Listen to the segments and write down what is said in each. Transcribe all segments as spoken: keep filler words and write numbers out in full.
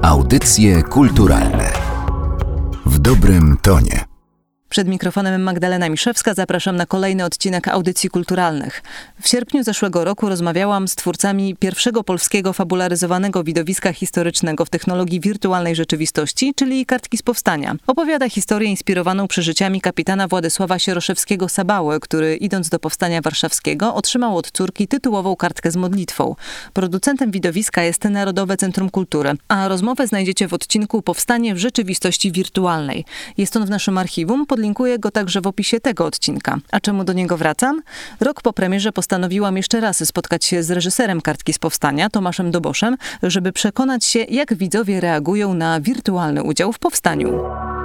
Audycje kulturalne w dobrym tonie. Przed mikrofonem Magdalena Miszewska, zapraszam na kolejny odcinek Audycji Kulturalnych. W sierpniu zeszłego roku rozmawiałam z twórcami pierwszego polskiego fabularyzowanego widowiska historycznego w technologii wirtualnej rzeczywistości, czyli Kartki z Powstania. Opowiada historię inspirowaną przeżyciami kapitana Władysława Sieroszewskiego-Sabały, który idąc do Powstania Warszawskiego otrzymał od córki tytułową kartkę z modlitwą. Producentem widowiska jest Narodowe Centrum Kultury, a rozmowę znajdziecie w odcinku Powstanie w rzeczywistości wirtualnej. Jest on w naszym archiwum, Podlinkuję go także w opisie tego odcinka. A czemu do niego wracam? Rok po premierze postanowiłam jeszcze raz spotkać się z reżyserem Kartki z Powstania, Tomaszem Doboszem, żeby przekonać się, jak widzowie reagują na wirtualny udział w powstaniu.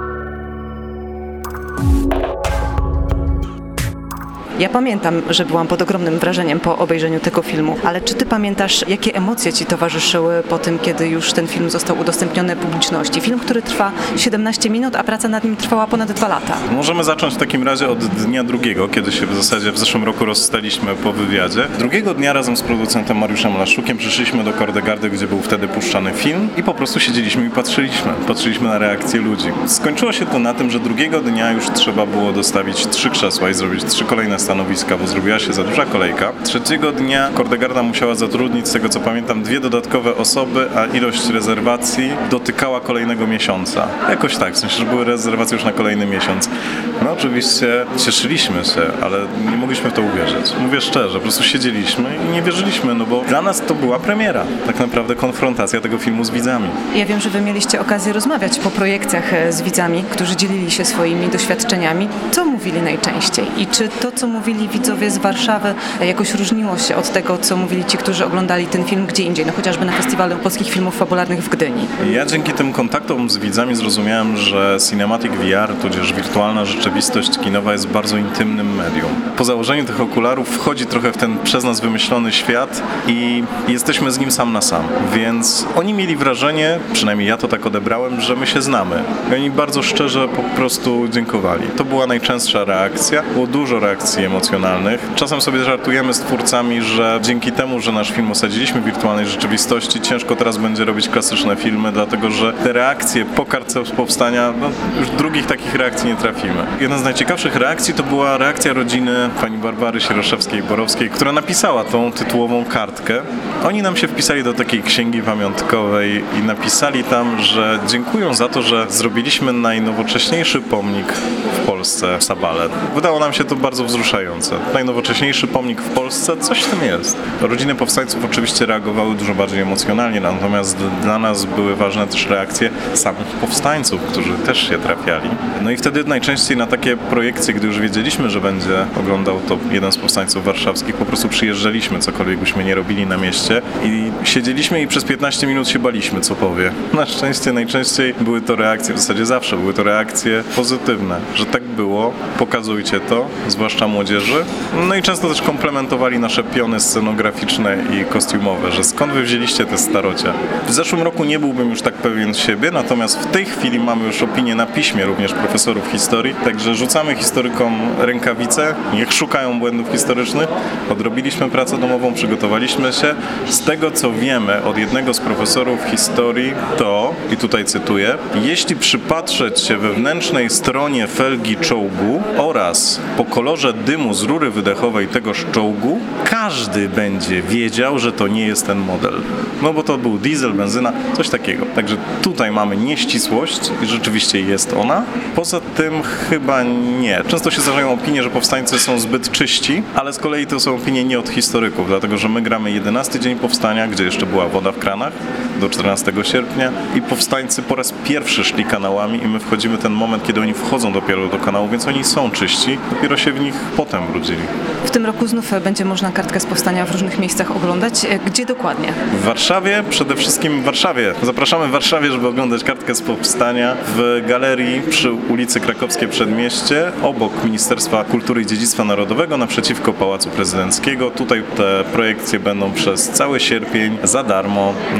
Ja pamiętam, że byłam pod ogromnym wrażeniem po obejrzeniu tego filmu, ale czy ty pamiętasz, jakie emocje ci towarzyszyły po tym, kiedy już ten film został udostępniony publiczności? Film, który trwa siedemnaście minut, a praca nad nim trwała ponad dwa lata. Możemy zacząć w takim razie od dnia drugiego, kiedy się w zasadzie w zeszłym roku rozstaliśmy po wywiadzie. Drugiego dnia razem z producentem Mariuszem Laszukiem przyszliśmy do Kordegardy, gdzie był wtedy puszczany film i po prostu siedzieliśmy i patrzyliśmy. Patrzyliśmy na reakcję ludzi. Skończyło się to na tym, że drugiego dnia już trzeba było dostawić trzy krzesła i zrobić trzy kolejne stanowiska, bo zrobiła się za duża kolejka. Trzeciego dnia Kordegarda musiała zatrudnić, z tego co pamiętam, dwie dodatkowe osoby, a ilość rezerwacji dotykała kolejnego miesiąca. Jakoś tak, w sensie, że były rezerwacje już na kolejny miesiąc. No oczywiście cieszyliśmy się, ale nie mogliśmy w to uwierzyć. Mówię szczerze, po prostu siedzieliśmy i nie wierzyliśmy, no bo dla nas to była premiera. Tak naprawdę konfrontacja tego filmu z widzami. Ja wiem, że wy mieliście okazję rozmawiać po projekcjach z widzami, którzy dzielili się swoimi doświadczeniami. Co mówili najczęściej? I czy to, co mówili widzowie z Warszawy, jakoś różniło się od tego, co mówili ci, którzy oglądali ten film gdzie indziej, no chociażby na Festiwalu Polskich Filmów Fabularnych w Gdyni? Ja dzięki tym kontaktom z widzami zrozumiałem, że Cinematic V R, tudzież wirtualna rzeczywistość kinowa jest bardzo intymnym medium. Po założeniu tych okularów wchodzi trochę w ten przez nas wymyślony świat i jesteśmy z nim sam na sam. Więc oni mieli wrażenie, przynajmniej ja to tak odebrałem, że my się znamy. I oni bardzo szczerze po prostu dziękowali. To była najczęstsza reakcja. Było dużo reakcji emocjonalnych. Czasem sobie żartujemy z twórcami, że dzięki temu, że nasz film osadziliśmy w wirtualnej rzeczywistości, ciężko teraz będzie robić klasyczne filmy, dlatego że te reakcje po Kartce z Powstania, no już drugich takich reakcji nie trafimy. Jedna z najciekawszych reakcji to była reakcja rodziny pani Barbary Sieroszewskiej-Borowskiej, która napisała tą tytułową kartkę. Oni nam się wpisali do takiej księgi pamiątkowej i napisali tam, że dziękują za to, że zrobiliśmy najnowocześniejszy pomnik w Polsce w Sabale. Wydało nam się to bardzo wzruszające. Najnowocześniejszy pomnik w Polsce, coś w tym jest. Rodziny powstańców oczywiście reagowały dużo bardziej emocjonalnie, natomiast dla nas były ważne też reakcje samych powstańców, którzy też się trafiali. No i wtedy najczęściej na takie projekcje, gdy już wiedzieliśmy, że będzie oglądał to jeden z powstańców warszawskich, po prostu przyjeżdżaliśmy, cokolwiek byśmy nie robili na mieście i siedzieliśmy i przez piętnaście minut się baliśmy, co powie. Na szczęście najczęściej były to reakcje, w zasadzie zawsze były to reakcje pozytywne, że tak było, pokazujcie to, zwłaszcza młodzieży. No i często też komplementowali nasze piony scenograficzne i kostiumowe, że skąd wy wzięliście te starocie. W zeszłym roku nie byłbym już tak pewien siebie, natomiast w tej chwili mamy już opinię na piśmie również profesorów historii, także rzucamy historykom rękawice, niech szukają błędów historycznych. Odrobiliśmy pracę domową, przygotowaliśmy się. Z tego co wiemy od jednego z profesorów historii to, i tutaj cytuję, jeśli przypatrzeć się wewnętrznej stronie felgi czołgu oraz po kolorze dymu z rury wydechowej tegoż czołgu, każdy będzie wiedział, że to nie jest ten model. No bo to był diesel, benzyna, coś takiego. Także tutaj mamy nieścisłość i rzeczywiście jest ona. Poza tym chyba nie. Często się zdarzają opinie, że powstańcy są zbyt czyści, ale z kolei to są opinie nie od historyków, dlatego że my gramy jedenasty dzień powstania, gdzie jeszcze była woda w kranach, do czternastego sierpnia i powstańcy po raz pierwszy szli kanałami i my wchodzimy ten moment, kiedy oni wchodzą dopiero do kanału, więc oni są czyści, dopiero się w nich potem brudzili. W tym roku znów będzie można Kartkę z Powstania w różnych miejscach oglądać. Gdzie dokładnie? W Warszawie, przede wszystkim w Warszawie. Zapraszamy w Warszawie, żeby oglądać Kartkę z Powstania w galerii przy ulicy Krakowskiej Przedmieście, obok Ministerstwa Kultury i Dziedzictwa Narodowego, naprzeciwko Pałacu Prezydenckiego. Tutaj te projekcje będą przez cały sierpień za darmo na wielu stanowiskach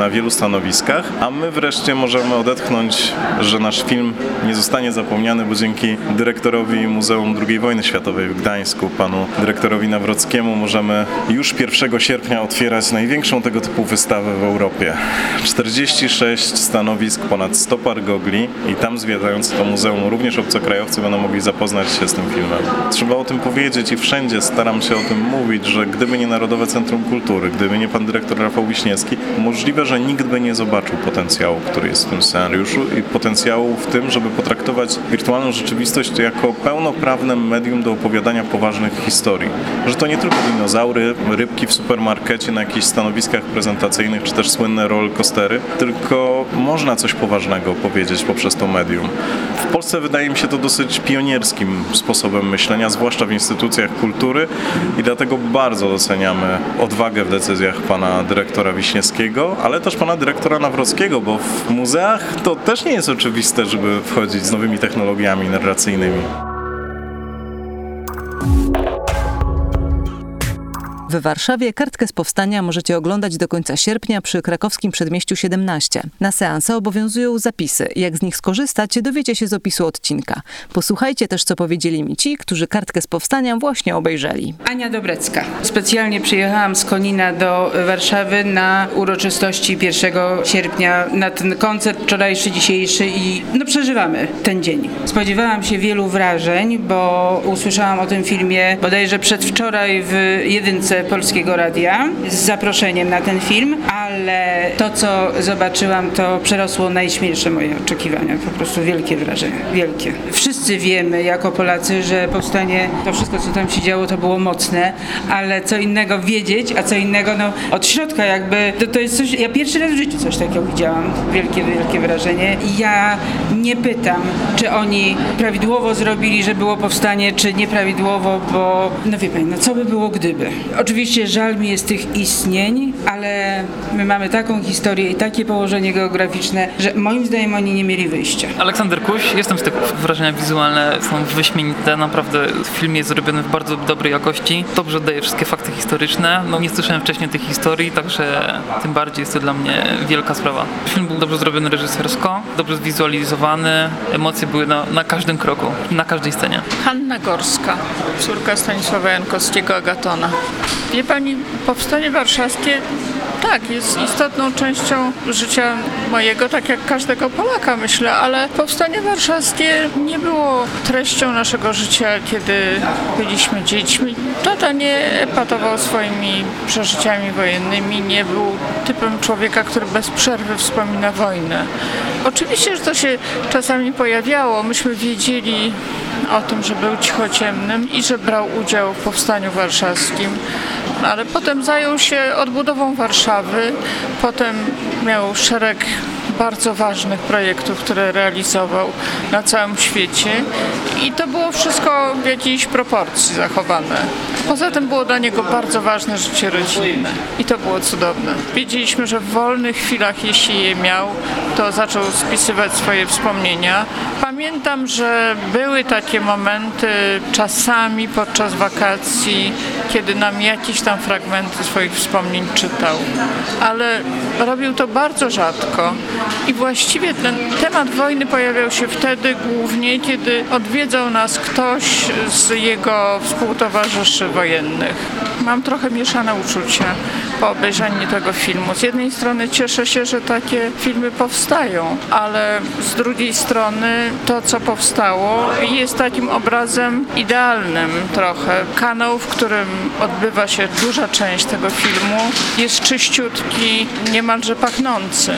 stanowiskach, a my wreszcie możemy odetchnąć, że nasz film nie zostanie zapomniany, bo dzięki dyrektorowi Muzeum drugiej Wojny Światowej w Gdańsku, panu dyrektorowi Nawrockiemu, możemy już pierwszego sierpnia otwierać największą tego typu wystawę w Europie. czterdzieści sześć stanowisk, ponad sto par gogli i tam zwiedzając to muzeum również obcokrajowcy będą mogli zapoznać się z tym filmem. Trzeba o tym powiedzieć i wszędzie staram się o tym mówić, że gdyby nie Narodowe Centrum Kultury, gdyby nie pan dyrektor Rafał Wiśniewski, możliwe, że nikt by nie zobaczył potencjału, który jest w tym scenariuszu i potencjału w tym, żeby potraktować wirtualną rzeczywistość jako pełnoprawne medium do opowiadania poważnych historii. Że to nie tylko dinozaury, rybki w supermarkecie na jakichś stanowiskach prezentacyjnych, czy też słynne rollercoastery, tylko można coś poważnego powiedzieć poprzez to medium. W Polsce wydaje mi się to dosyć pionierskim sposobem myślenia, zwłaszcza w instytucjach kultury i dlatego bardzo doceniamy odwagę w decyzjach pana dyrektora Wiśniewskiego, ale też pana dyrektora Nawrockiego, bo w muzeach to też nie jest oczywiste, żeby wchodzić z nowymi technologiami narracyjnymi. W Warszawie kartkę z powstania możecie oglądać do końca sierpnia przy krakowskim Przedmieściu siedemnaście. Na seanse obowiązują zapisy. Jak z nich skorzystać, dowiecie się z opisu odcinka. Posłuchajcie też, co powiedzieli mi ci, którzy kartkę z powstania właśnie obejrzeli. Ania Dobrecka. Specjalnie przyjechałam z Konina do Warszawy na uroczystości pierwszego sierpnia, na ten koncert wczorajszy, dzisiejszy i no przeżywamy ten dzień. Spodziewałam się wielu wrażeń, bo usłyszałam o tym filmie bodajże przedwczoraj w jedynce Polskiego Radia z zaproszeniem na ten film, ale to, co zobaczyłam, to przerosło najśmielsze moje oczekiwania. Po prostu wielkie wrażenie, wielkie. Wszyscy wiemy jako Polacy, że powstanie, to wszystko, co tam się działo, to było mocne, ale co innego wiedzieć, a co innego no, od środka jakby, to, to jest coś, ja pierwszy raz w życiu coś takiego widziałam. Wielkie, wielkie wrażenie. I ja nie pytam, czy oni prawidłowo zrobili, że było powstanie, czy nieprawidłowo, bo no wie pani, no co by było gdyby? Oczywiście żal mi jest tych istnień, ale my mamy taką historię i takie położenie geograficzne, że moim zdaniem oni nie mieli wyjścia. Aleksander Kuś, jestem z tych wrażenia wizualne, są wyśmienite, naprawdę film jest zrobiony w bardzo dobrej jakości, dobrze daje wszystkie fakty historyczne, no nie słyszałem wcześniej tych historii, także tym bardziej jest to dla mnie wielka sprawa. Film był dobrze zrobiony reżysersko, dobrze zwizualizowany, emocje były na, na każdym kroku, na każdej scenie. Hanna Gorska, córka Stanisława Jankowskiego, Agatona. Wie pani, powstanie warszawskie tak, jest istotną częścią życia mojego, tak jak każdego Polaka, myślę, ale powstanie warszawskie nie było treścią naszego życia, kiedy byliśmy dziećmi. Tata nie epatował swoimi przeżyciami wojennymi, nie był typem człowieka, który bez przerwy wspomina wojnę. Oczywiście, że to się czasami pojawiało. Myśmy wiedzieli o tym, że był cichociemnym i że brał udział w powstaniu warszawskim, ale potem zajął się odbudową Warszawy, potem miał szereg bardzo ważnych projektów, które realizował na całym świecie i to było wszystko w jakiejś proporcji zachowane. Poza tym było dla niego bardzo ważne życie rodzinne i to było cudowne. Wiedzieliśmy, że w wolnych chwilach, jeśli je miał, to zaczął spisywać swoje wspomnienia. Pamiętam, że były takie momenty czasami podczas wakacji, kiedy nam jakieś tam fragmenty swoich wspomnień czytał, ale robił to bardzo rzadko i właściwie ten temat wojny pojawiał się wtedy głównie, kiedy odwiedzał nas ktoś z jego współtowarzyszy wojennych. Mam trochę mieszane uczucia po obejrzeniu tego filmu. Z jednej strony cieszę się, że takie filmy powstają, ale z drugiej strony to, co powstało, jest takim obrazem idealnym trochę. Kanał, w którym odbywa się duża część tego filmu, jest czyściutki, niemalże pachnący.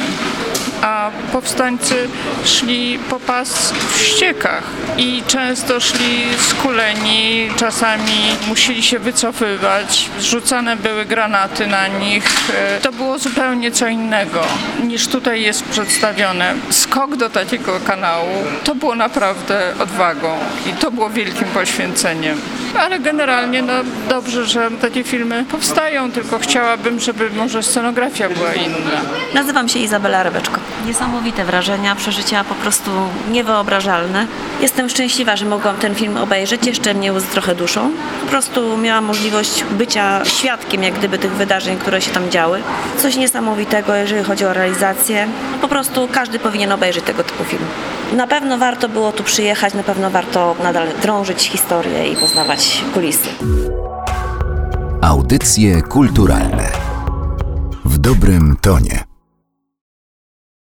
A powstańcy szli po pas w ściekach i często szli skuleni, czasami musieli się wycofywać, zrzucane były granaty na nich. To było zupełnie co innego niż tutaj jest przedstawione. Skok do takiego kanału to było naprawdę odwagą i to było wielkim poświęceniem. Ale generalnie no dobrze, że takie filmy powstają, tylko chciałabym, żeby może scenografia była inna. Nazywam się Izabela Rybeczko. Niesamowite wrażenia, przeżycia po prostu niewyobrażalne. Jestem szczęśliwa, że mogłam ten film obejrzeć, jeszcze mnie łzy trochę duszą. Po prostu miałam możliwość bycia świadkiem jak gdyby tych wydarzeń, które się tam działy. Coś niesamowitego, jeżeli chodzi o realizację. Po prostu każdy powinien obejrzeć tego typu film. Na pewno warto było tu przyjechać, na pewno warto nadal drążyć historię i poznawać kulisy. Audycje kulturalne w dobrym tonie.